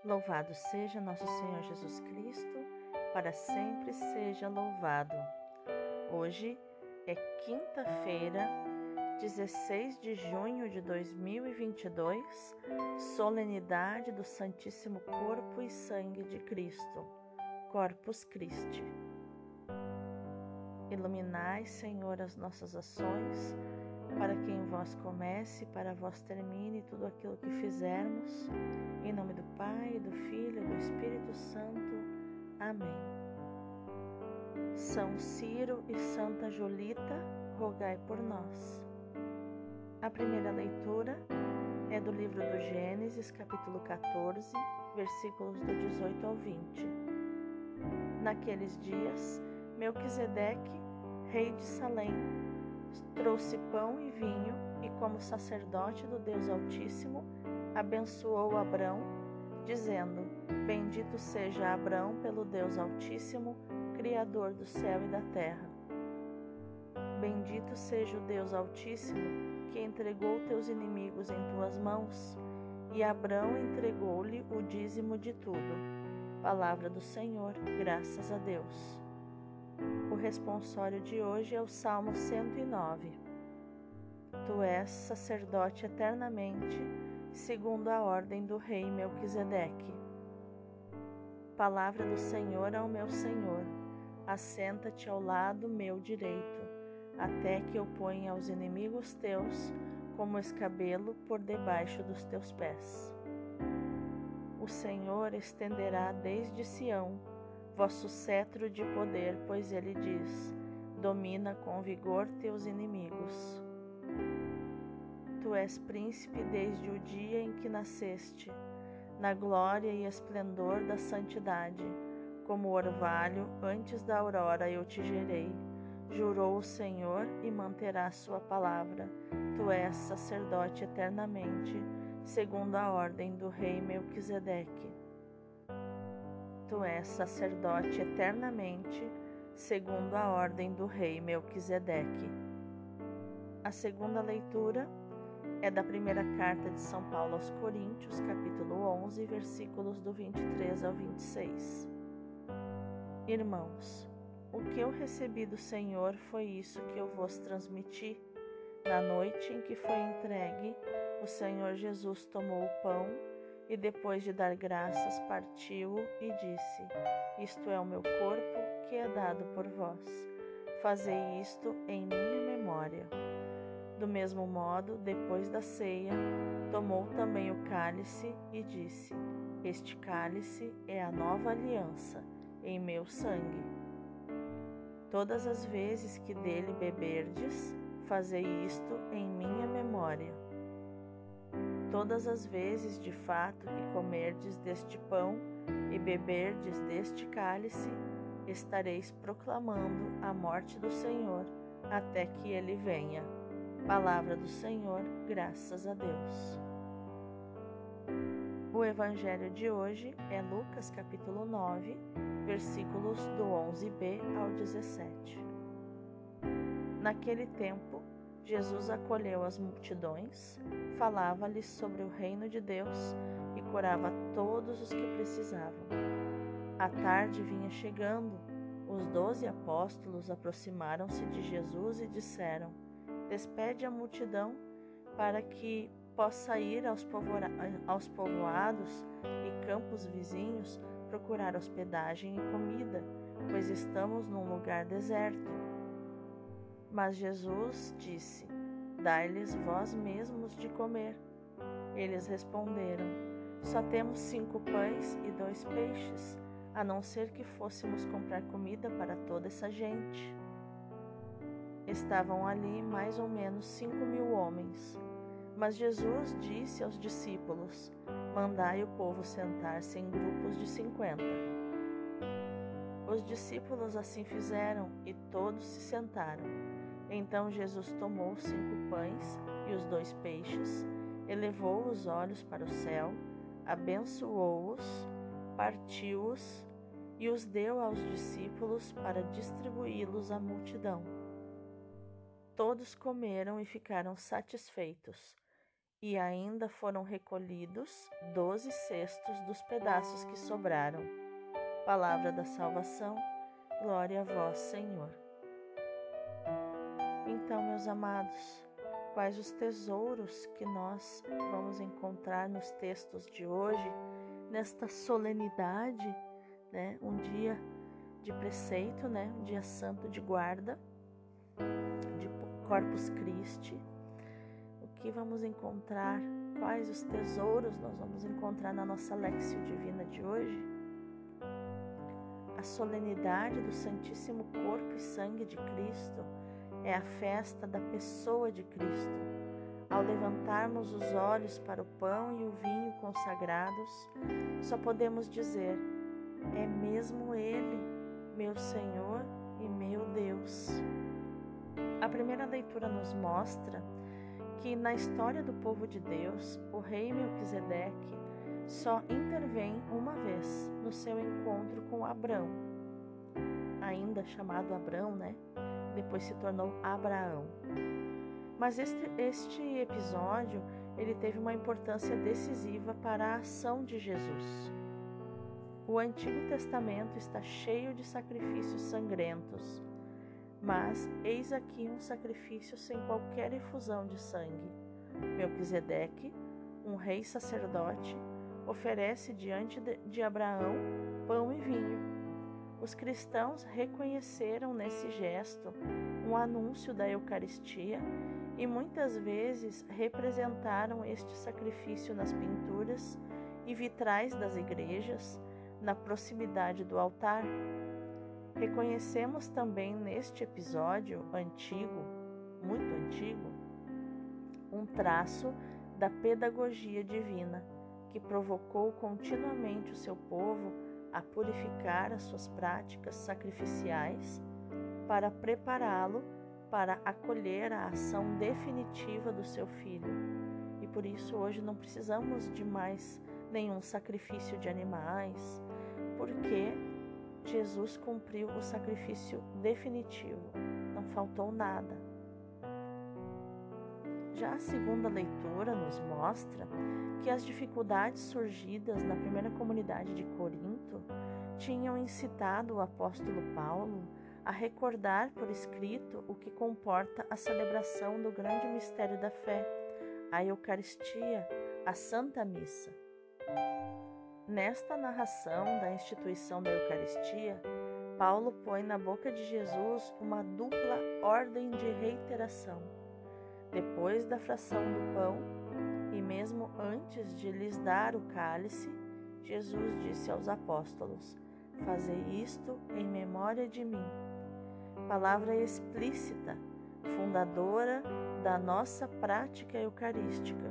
Louvado seja nosso Senhor Jesus Cristo, para sempre seja louvado. Hoje é quinta-feira, 16 de junho de 2022, solenidade do Santíssimo Corpo e Sangue de Cristo, Corpus Christi. Iluminai, Senhor, as nossas ações, para que em vós comece, para vós termine tudo aquilo que fizermos. Em nome do Pai, do Filho e do Espírito Santo. Amém. São Ciro e Santa Julita, rogai por nós. A primeira leitura é do livro do Gênesis, capítulo 14, versículos do 18 ao 20. Naqueles dias, Melquisedeque, rei de Salém, trouxe pão e vinho e, como sacerdote do Deus Altíssimo, abençoou Abrão, dizendo: Bendito seja Abrão pelo Deus Altíssimo, Criador do céu e da terra. Bendito seja o Deus Altíssimo, que entregou teus inimigos em tuas mãos. E Abrão entregou-lhe o dízimo de tudo. Palavra do Senhor, graças a Deus. O responsório de hoje é o Salmo 109. Tu és sacerdote eternamente, segundo a ordem do rei Melquisedeque. Palavra do Senhor ao meu Senhor: assenta-te ao lado meu direito, até que eu ponha os inimigos teus como escabelo por debaixo dos teus pés. O Senhor estenderá desde Sião vosso cetro de poder, pois ele diz: domina com vigor teus inimigos. Tu és príncipe desde o dia em que nasceste, na glória e esplendor da santidade. Como orvalho antes da aurora eu te gerei. Jurou o Senhor e manterá sua palavra. Tu és sacerdote eternamente, segundo a ordem do rei Melquisedeque. Tu és sacerdote eternamente, segundo a ordem do rei Melquisedeque. A segunda leitura é da primeira carta de São Paulo aos Coríntios, capítulo 11, versículos do 23 ao 26. Irmãos, o que eu recebi do Senhor foi isso que eu vos transmiti. Na noite em que foi entregue, o Senhor Jesus tomou o pão e, depois de dar graças, partiu-o e disse: Isto é o meu corpo, que é dado por vós. Fazei isto em minha memória. Do mesmo modo, depois da ceia, tomou também o cálice e disse: Este cálice é a nova aliança, em meu sangue. Todas as vezes que dele beberdes, fazei isto em minha memória. Todas as vezes, de fato, que comerdes deste pão e beberdes deste cálice, estareis proclamando a morte do Senhor, até que ele venha. Palavra do Senhor, graças a Deus. O evangelho de hoje é Lucas capítulo 9, versículos do 11b ao 17. Naquele tempo, Jesus acolheu as multidões, falava-lhes sobre o reino de Deus e curava todos os que precisavam. A tarde vinha chegando. Os 12 apóstolos aproximaram-se de Jesus e disseram: Despede a multidão para que possa ir aos povoados e campos vizinhos procurar hospedagem e comida, pois estamos num lugar deserto. Mas Jesus disse: Dai-lhes vós mesmos de comer. Eles responderam: Só temos 5 pães e 2 peixes, a não ser que fôssemos comprar comida para toda essa gente. Estavam ali mais ou menos 5.000 homens. Mas Jesus disse aos discípulos: Mandai o povo sentar-se em grupos de 50. Os discípulos assim fizeram e todos se sentaram. Então Jesus tomou os 5 pães e os 2 peixes, elevou os olhos para o céu, abençoou-os, partiu-os e os deu aos discípulos para distribuí-los à multidão. Todos comeram e ficaram satisfeitos. e ainda foram recolhidos 12 cestos dos pedaços que sobraram. Palavra da salvação, glória a vós, Senhor. Então, meus amados, quais os tesouros que nós vamos encontrar nos textos de hoje, nesta solenidade, né? Um dia de preceito, né? Um dia santo de guarda, de Corpus Christi. O que vamos encontrar? Quais os tesouros nós vamos encontrar na nossa Léxio Divina de hoje? A solenidade do Santíssimo Corpo e Sangue de Cristo é a festa da pessoa de Cristo. Ao levantarmos os olhos para o pão e o vinho consagrados, só podemos dizer: é mesmo Ele, meu Senhor e meu Deus. A primeira leitura nos mostra que na história do povo de Deus, o rei Melquisedeque só intervém uma vez no seu encontro com Abrão, ainda chamado Abrão, né? Depois se tornou Abraão. Mas este episódio, ele teve uma importância decisiva para a ação de Jesus. O Antigo Testamento está cheio de sacrifícios sangrentos, mas eis aqui um sacrifício sem qualquer efusão de sangue. Melquisedeque, um rei sacerdote, oferece diante de Abraão pão e vinho. Os cristãos reconheceram nesse gesto um anúncio da Eucaristia e muitas vezes representaram este sacrifício nas pinturas e vitrais das igrejas, na proximidade do altar. Reconhecemos também neste episódio antigo, muito antigo, um traço da pedagogia divina que provocou continuamente o seu povo a purificar as suas práticas sacrificiais para prepará-lo para acolher a ação definitiva do seu Filho. E por isso hoje não precisamos de mais nenhum sacrifício de animais, porque Jesus cumpriu o sacrifício definitivo, não faltou nada. Já a segunda leitura nos mostra que as dificuldades surgidas na primeira comunidade de Corinto tinham incitado o apóstolo Paulo a recordar por escrito o que comporta a celebração do grande mistério da fé, a Eucaristia, a Santa Missa. Nesta narração da instituição da Eucaristia, Paulo põe na boca de Jesus uma dupla ordem de reiteração. Depois da fração do pão, e mesmo antes de lhes dar o cálice, Jesus disse aos apóstolos: fazei isto em memória de mim. Palavra explícita, fundadora da nossa prática eucarística.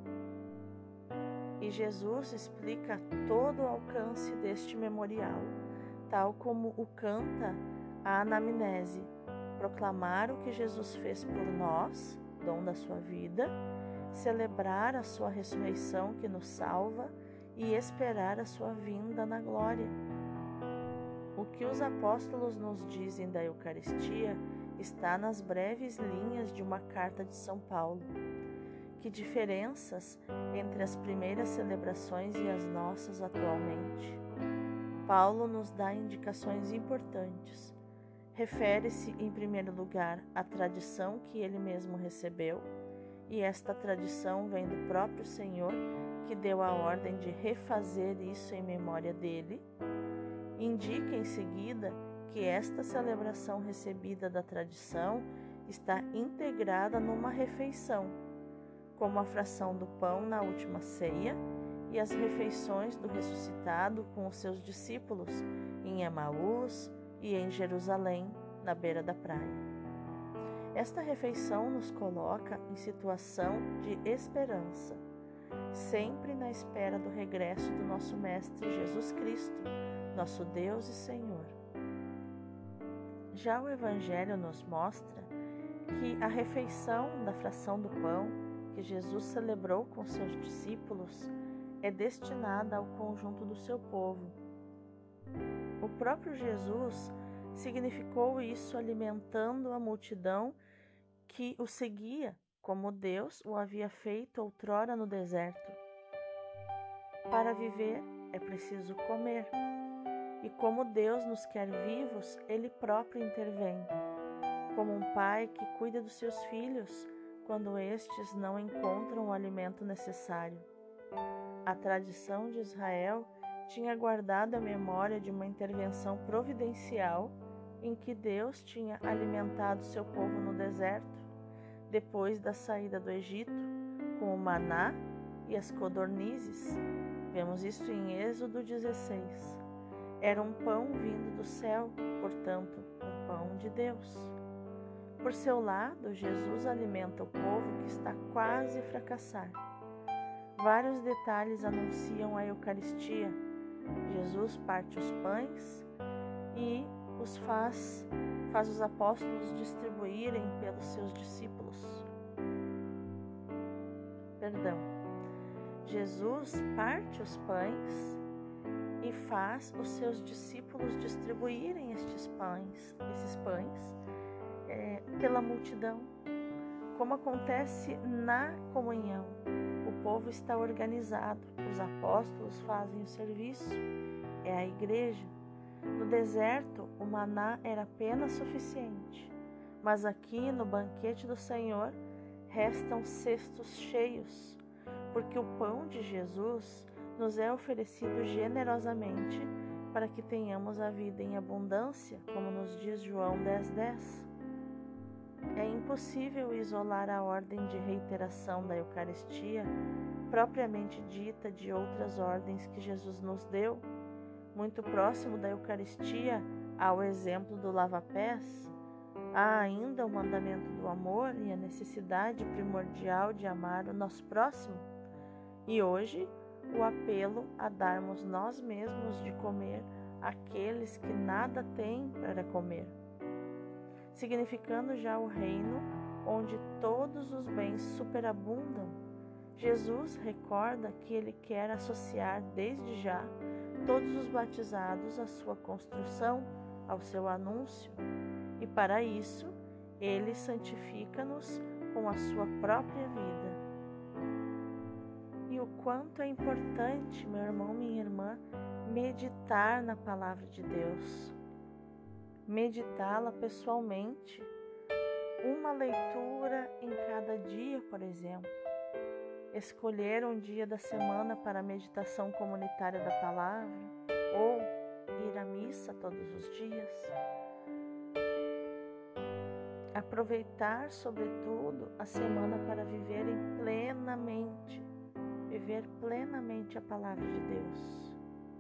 E Jesus explica todo o alcance deste memorial, tal como o canta a anamnese: proclamar o que Jesus fez por nós, dom da sua vida, celebrar a sua ressurreição que nos salva e esperar a sua vinda na glória. O que os apóstolos nos dizem da Eucaristia está nas breves linhas de uma carta de São Paulo. Que diferenças entre as primeiras celebrações e as nossas atualmente. Paulo nos dá indicações importantes. Refere-se, em primeiro lugar, à tradição que ele mesmo recebeu, e esta tradição vem do próprio Senhor, que deu a ordem de refazer isso em memória dele. Indica em seguida que esta celebração recebida da tradição está integrada numa refeição, como a fração do pão na última ceia e as refeições do ressuscitado com os seus discípulos em Emaús e em Jerusalém, na beira da praia. Esta refeição nos coloca em situação de esperança, sempre na espera do regresso do nosso Mestre Jesus Cristo, nosso Deus e Senhor. Já o Evangelho nos mostra que a refeição da fração do pão que Jesus celebrou com seus discípulos é destinada ao conjunto do seu povo. O próprio Jesus significou isso alimentando a multidão que o seguia como Deus o havia feito outrora no deserto. Para viver é preciso comer, e como Deus nos quer vivos, Ele próprio intervém, como um pai que cuida dos seus filhos quando estes não encontram o alimento necessário. A tradição de Israel tinha guardado a memória de uma intervenção providencial em que Deus tinha alimentado seu povo no deserto, depois da saída do Egito, com o maná e as codornizes. Vemos isso em Êxodo 16. Era um pão vindo do céu, portanto, um pão de Deus. Por seu lado, Jesus alimenta o povo que está quase a fracassar. Vários detalhes anunciam a Eucaristia. Jesus parte os pães e os faz os apóstolos distribuírem pelos seus discípulos. Jesus parte os pães e faz os seus discípulos distribuírem esses pães pela multidão. Como acontece na comunhão, o povo está organizado, os apóstolos fazem o serviço, é a igreja. No deserto, o maná era apenas suficiente, mas aqui no banquete do Senhor restam cestos cheios, porque o pão de Jesus nos é oferecido generosamente para que tenhamos a vida em abundância, como nos diz João 10:10. É impossível isolar a ordem de reiteração da Eucaristia, propriamente dita, de outras ordens que Jesus nos deu. Muito próximo da Eucaristia, há o exemplo do lava-pés, há ainda o mandamento do amor e a necessidade primordial de amar o nosso próximo. E hoje, o apelo a darmos nós mesmos de comer àqueles que nada têm para comer, significando já o reino onde todos os bens superabundam. Jesus recorda que ele quer associar desde já todos os batizados à sua construção, ao seu anúncio, e para isso ele santifica-nos com a sua própria vida. E o quanto é importante, meu irmão, minha irmã, meditar na palavra de Deus, meditá-la pessoalmente, uma leitura em cada dia, por exemplo, escolher um dia da semana para a meditação comunitária da palavra, ou ir à missa todos os dias. Aproveitar, sobretudo, a semana para viver plenamente a palavra de Deus.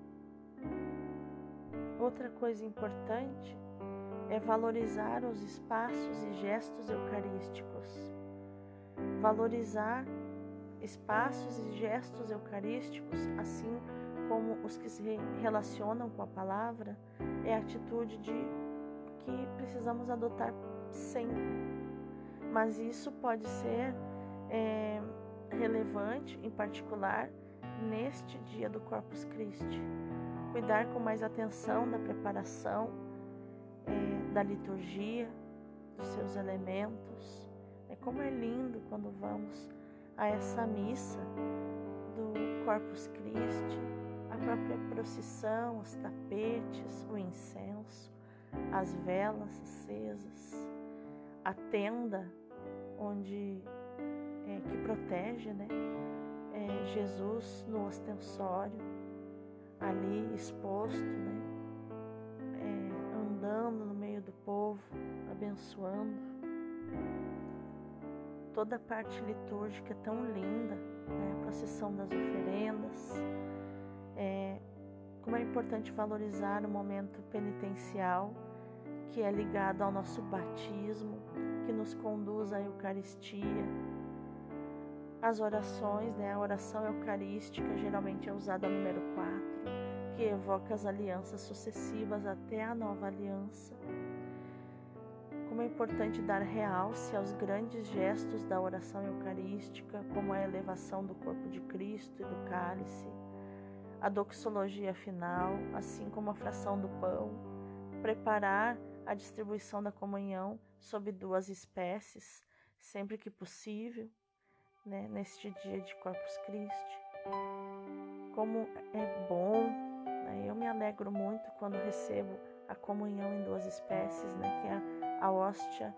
Outra coisa importante é valorizar os espaços e gestos eucarísticos. Valorizar espaços e gestos eucarísticos, assim como os que se relacionam com a palavra, é a atitude que precisamos adotar sempre. Mas isso pode ser relevante, em particular, neste dia do Corpus Christi. Cuidar com mais atenção da preparação, da liturgia, dos seus elementos. Como é lindo quando vamos a essa missa do Corpus Christi, a própria procissão, os tapetes, o incenso, as velas acesas, a tenda onde que protege, Jesus no ostensório, ali exposto, andando no meio do povo, abençoando. Toda a parte litúrgica é tão linda, a procissão das oferendas. Como é importante valorizar o momento penitencial, que é ligado ao nosso batismo, que nos conduz à Eucaristia. As orações, a oração eucarística geralmente é usada a número 4, que evoca as alianças sucessivas até a nova aliança. Como é importante dar realce aos grandes gestos da oração eucarística, como a elevação do corpo de Cristo e do cálice, a doxologia final, assim como a fração do pão, preparar a distribuição da comunhão sob 2 espécies, sempre que possível, né, neste dia de Corpus Christi. Como é bom, né? Eu me alegro muito quando recebo a comunhão em duas espécies, né, que é a hóstia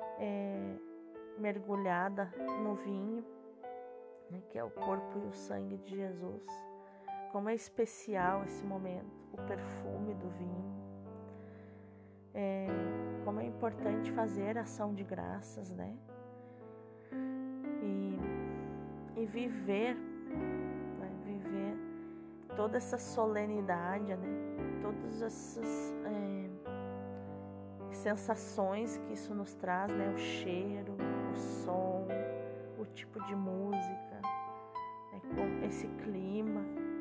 mergulhada no vinho, né, que é o corpo e o sangue de Jesus. Como é especial esse momento, o perfume do vinho. Como é importante fazer ação de graças, né? E viver, né? Viver toda essa solenidade, né? Todas essas sensações que isso nos traz, né? O cheiro, o som, o tipo de música, né? Com esse clima,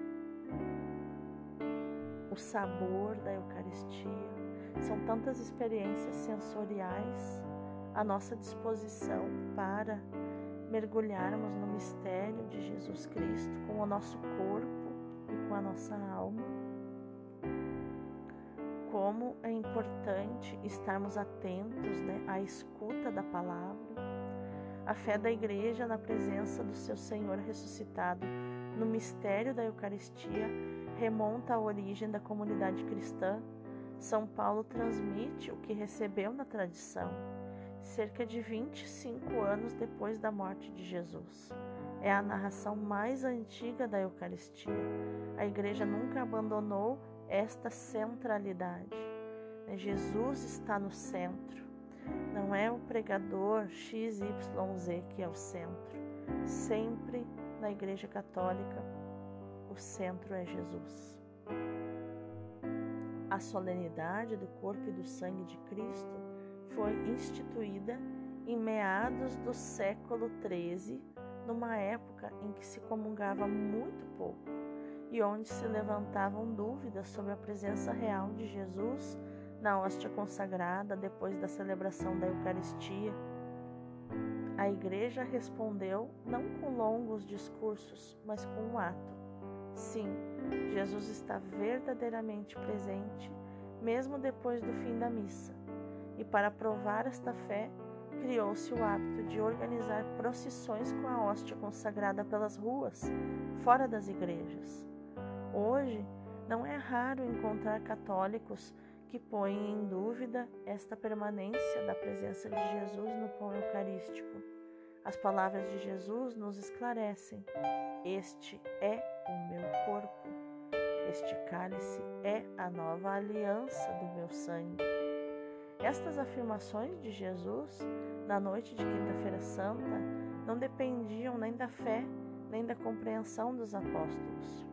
o sabor da Eucaristia. São tantas experiências sensoriais à nossa disposição para mergulharmos no mistério de Jesus Cristo com o nosso corpo e com a nossa alma. Como é importante estarmos atentos, né, à escuta da palavra. A fé da Igreja na presença do seu Senhor ressuscitado no mistério da Eucaristia remonta à origem da comunidade cristã. São Paulo transmite o que recebeu na tradição, cerca de 25 anos depois da morte de Jesus. É a narração mais antiga da Eucaristia. A Igreja nunca abandonou esta centralidade. Jesus está no centro. Não é o pregador XYZ que é o centro. Sempre na Igreja Católica, o centro é Jesus. A solenidade do corpo e do sangue de Cristo foi instituída em meados do século XIII, numa época em que se comungava muito pouco e onde se levantavam dúvidas sobre a presença real de Jesus na hóstia consagrada depois da celebração da Eucaristia. A Igreja respondeu não com longos discursos, mas com um ato. Sim, Jesus está verdadeiramente presente, mesmo depois do fim da missa. E para provar esta fé, criou-se o hábito de organizar procissões com a hóstia consagrada pelas ruas, fora das igrejas. Hoje, não é raro encontrar católicos que põem em dúvida esta permanência da presença de Jesus no pão eucarístico. As palavras de Jesus nos esclarecem: este é o meu corpo, este cálice é a nova aliança do meu sangue. Estas afirmações de Jesus, na noite de Quinta-feira Santa, não dependiam nem da fé, nem da compreensão dos apóstolos.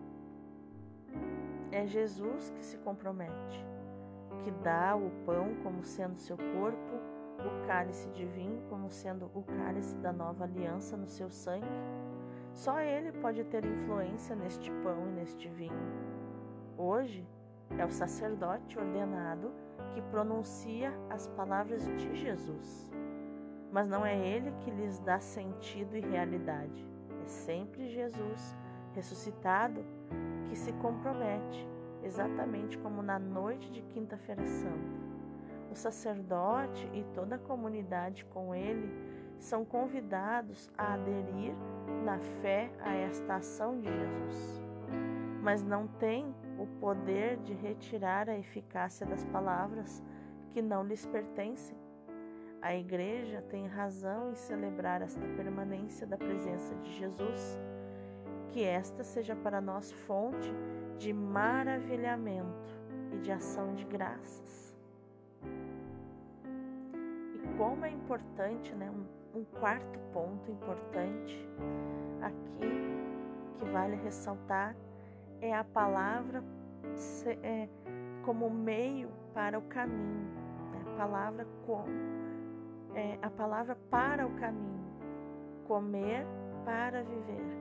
É Jesus que se compromete, que dá o pão como sendo seu corpo, o cálice de vinho como sendo o cálice da nova aliança no seu sangue. Só Ele pode ter influência neste pão e neste vinho. Hoje é o sacerdote ordenado que pronuncia as palavras de Jesus, mas não é Ele que lhes dá sentido e realidade. É sempre Jesus ressuscitado que se compromete, exatamente como na noite de Quinta-feira Santa. O sacerdote e toda a comunidade com ele são convidados a aderir na fé a esta ação de Jesus, mas não têm o poder de retirar a eficácia das palavras que não lhes pertencem. A Igreja tem razão em celebrar esta permanência da presença de Jesus, que esta seja para nós fonte de maravilhamento e de ação de graças. E como é importante, né, um quarto ponto importante aqui que vale ressaltar é a palavra como meio para o caminho, né? A palavra para o caminho, comer para viver.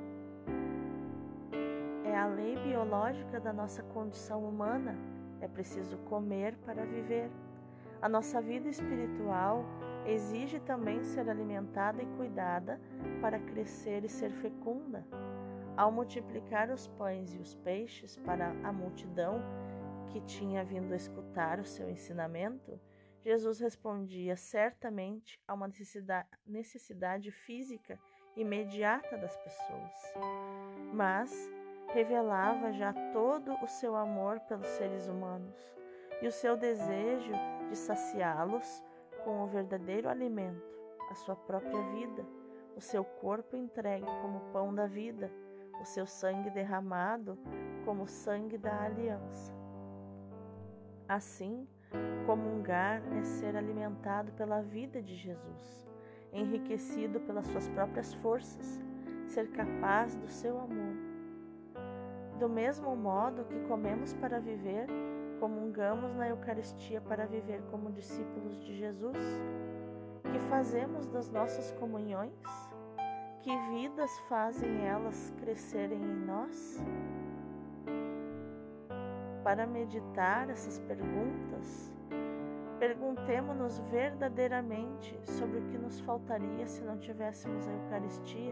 É a lei biológica da nossa condição humana, é preciso comer para viver. A nossa vida espiritual exige também ser alimentada e cuidada para crescer e ser fecunda. Ao multiplicar os pães e os peixes para a multidão que tinha vindo escutar o seu ensinamento, Jesus respondia certamente a uma necessidade física imediata das pessoas, mas revelava já todo o seu amor pelos seres humanos e o seu desejo de saciá-los com o verdadeiro alimento, a sua própria vida, o seu corpo entregue como pão da vida, o seu sangue derramado como sangue da aliança. Assim, comungar é ser alimentado pela vida de Jesus, enriquecido pelas suas próprias forças, ser capaz do seu amor. Do mesmo modo que comemos para viver, comungamos na Eucaristia para viver como discípulos de Jesus. Que fazemos das nossas comunhões? Que vidas fazem elas crescerem em nós? Para meditar essas perguntas, perguntemo-nos verdadeiramente sobre o que nos faltaria se não tivéssemos a Eucaristia.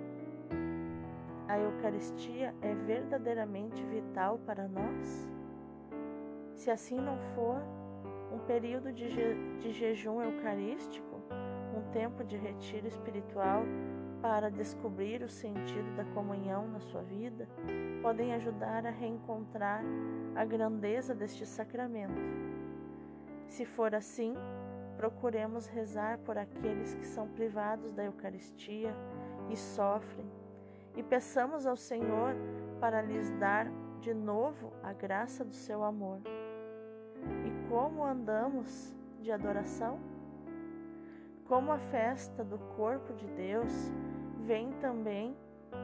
A Eucaristia é verdadeiramente vital para nós? Se assim não for, um período de jejum eucarístico, um tempo de retiro espiritual para descobrir o sentido da comunhão na sua vida, podem ajudar a reencontrar a grandeza deste sacramento. Se for assim, procuremos rezar por aqueles que são privados da Eucaristia e sofrem, e peçamos ao Senhor para lhes dar de novo a graça do seu amor. E como andamos de adoração? Como a festa do corpo de Deus vem também,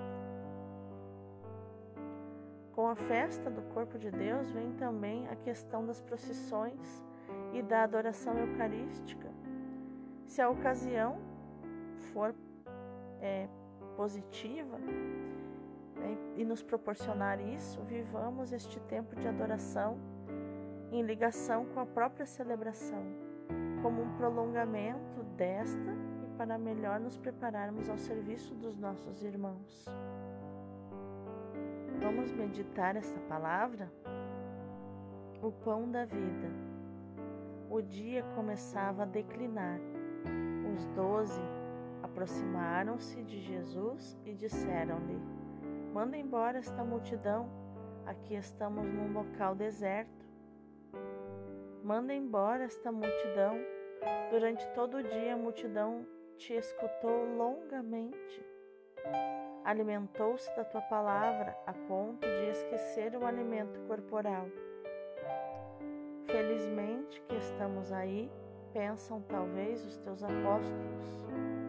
com a festa do corpo de Deus vem também a questão das procissões e da adoração eucarística. Se a ocasião for positiva, e nos proporcionar isso, vivamos este tempo de adoração em ligação com a própria celebração, como um prolongamento desta e para melhor nos prepararmos ao serviço dos nossos irmãos. Vamos meditar esta palavra? O pão da vida. O dia começava a declinar. Os 12 aproximaram-se de Jesus e disseram-lhe: manda embora esta multidão, aqui estamos num local deserto. Manda embora esta multidão. Durante todo o dia a multidão te escutou longamente. Alimentou-se da tua palavra a ponto de esquecer o alimento corporal. Felizmente que estamos aí, pensam talvez os teus apóstolos.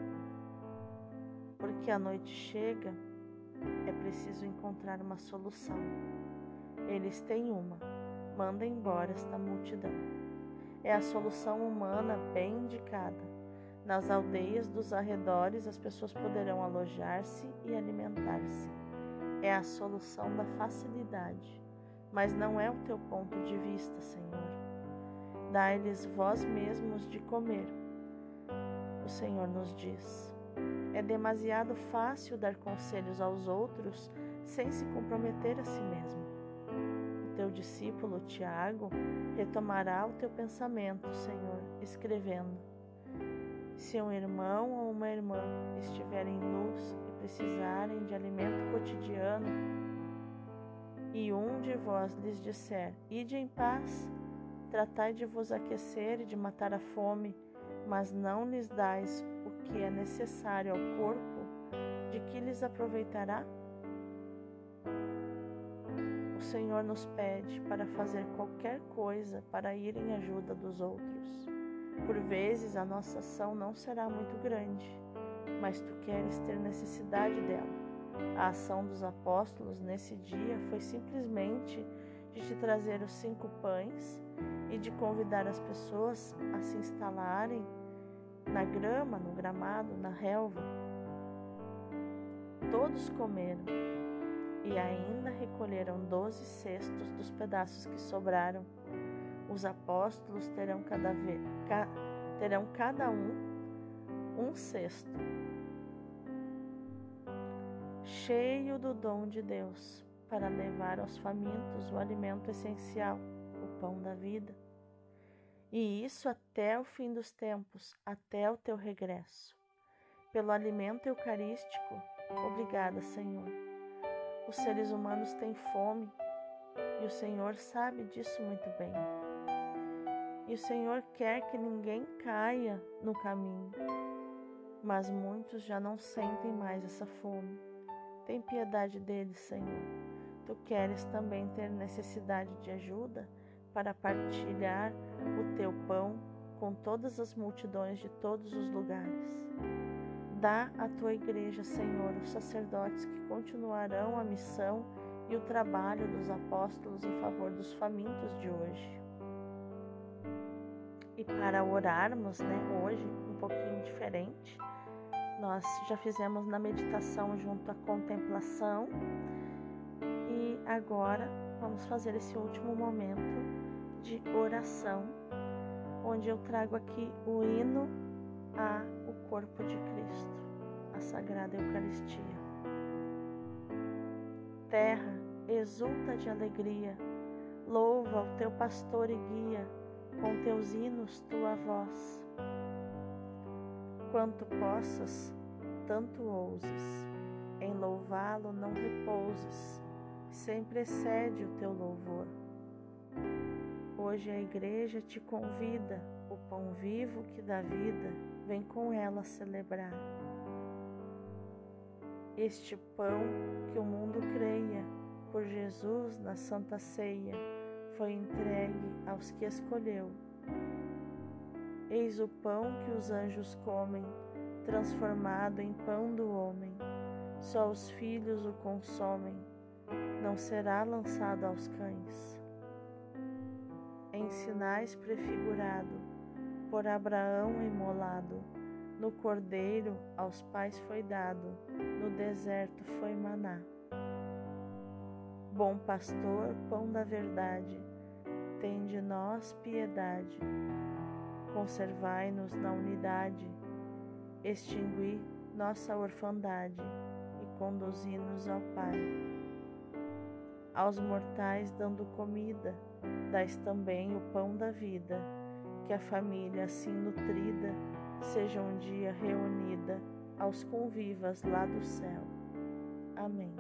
Porque a noite chega, é preciso encontrar uma solução. Eles têm uma: manda embora esta multidão. É a solução humana bem indicada. Nas aldeias dos arredores as pessoas poderão alojar-se e alimentar-se. É a solução da facilidade, mas não é o teu ponto de vista, Senhor. Dai-lhes vós mesmos de comer. O Senhor nos diz: é demasiado fácil dar conselhos aos outros sem se comprometer a si mesmo. O teu discípulo Tiago retomará o teu pensamento, Senhor, escrevendo: se um irmão ou uma irmã estiverem nus e precisarem de alimento cotidiano, e um de vós lhes disser: ide em paz, tratai de vos aquecer e de matar a fome, mas não lhes dais o que é necessário ao corpo, de que lhes aproveitará? O Senhor nos pede para fazer qualquer coisa para ir em ajuda dos outros. Por vezes a nossa ação não será muito grande, mas tu queres ter necessidade dela. A ação dos apóstolos nesse dia foi simplesmente de te trazer os 5 pães e de convidar as pessoas a se instalarem na grama, no gramado, na relva. Todos comeram e ainda recolheram 12 cestos dos pedaços que sobraram. Os apóstolos terão cada um cesto, cheio do dom de Deus, para levar aos famintos o alimento essencial, o pão da vida. e isso até o fim dos tempos, até o teu regresso. Pelo alimento eucarístico, obrigada, Senhor. Os seres humanos têm fome e o Senhor sabe disso muito bem. E o Senhor quer que ninguém caia no caminho, mas muitos já não sentem mais essa fome. Tem piedade deles, Senhor. Tu queres também ter necessidade de ajuda para partilhar o teu pão com todas as multidões de todos os lugares. Dá à tua igreja, Senhor, os sacerdotes que continuarão a missão e o trabalho dos apóstolos em favor dos famintos de hoje. E para orarmos, hoje, um pouquinho diferente, nós já fizemos na meditação junto à contemplação e agora vamos fazer esse último momento de oração, onde eu trago aqui o hino ao corpo de Cristo, a Sagrada Eucaristia. Terra, exulta de alegria, louva o teu pastor e guia, com teus hinos tua voz. Quanto possas, tanto ouses, em louvá-lo não repouses, sempre excede o teu louvor. Hoje a igreja te convida, o pão vivo que dá vida, vem com ela celebrar. Este pão que o mundo creia, por Jesus na Santa Ceia, foi entregue aos que escolheu. Eis o pão que os anjos comem, transformado em pão do homem. Só os filhos o consomem, não será lançado aos cães. Em sinais prefigurado, por Abraão imolado, no cordeiro aos pais foi dado, no deserto foi maná. Bom pastor, pão da verdade, tem de nós piedade. Conservai-nos na unidade, extingui nossa orfandade e conduzi-nos ao Pai. Aos mortais dando comida, dais também o pão da vida, que a família assim nutrida seja um dia reunida aos convivas lá do céu. Amém.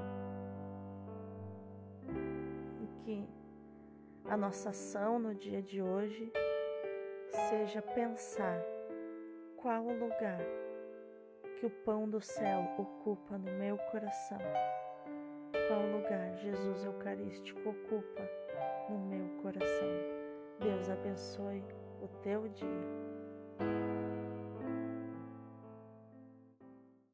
E que a nossa ação no dia de hoje seja pensar qual o lugar que o pão do céu ocupa no meu coração. Qual lugar Jesus Eucarístico ocupa no meu coração. Deus abençoe o teu dia.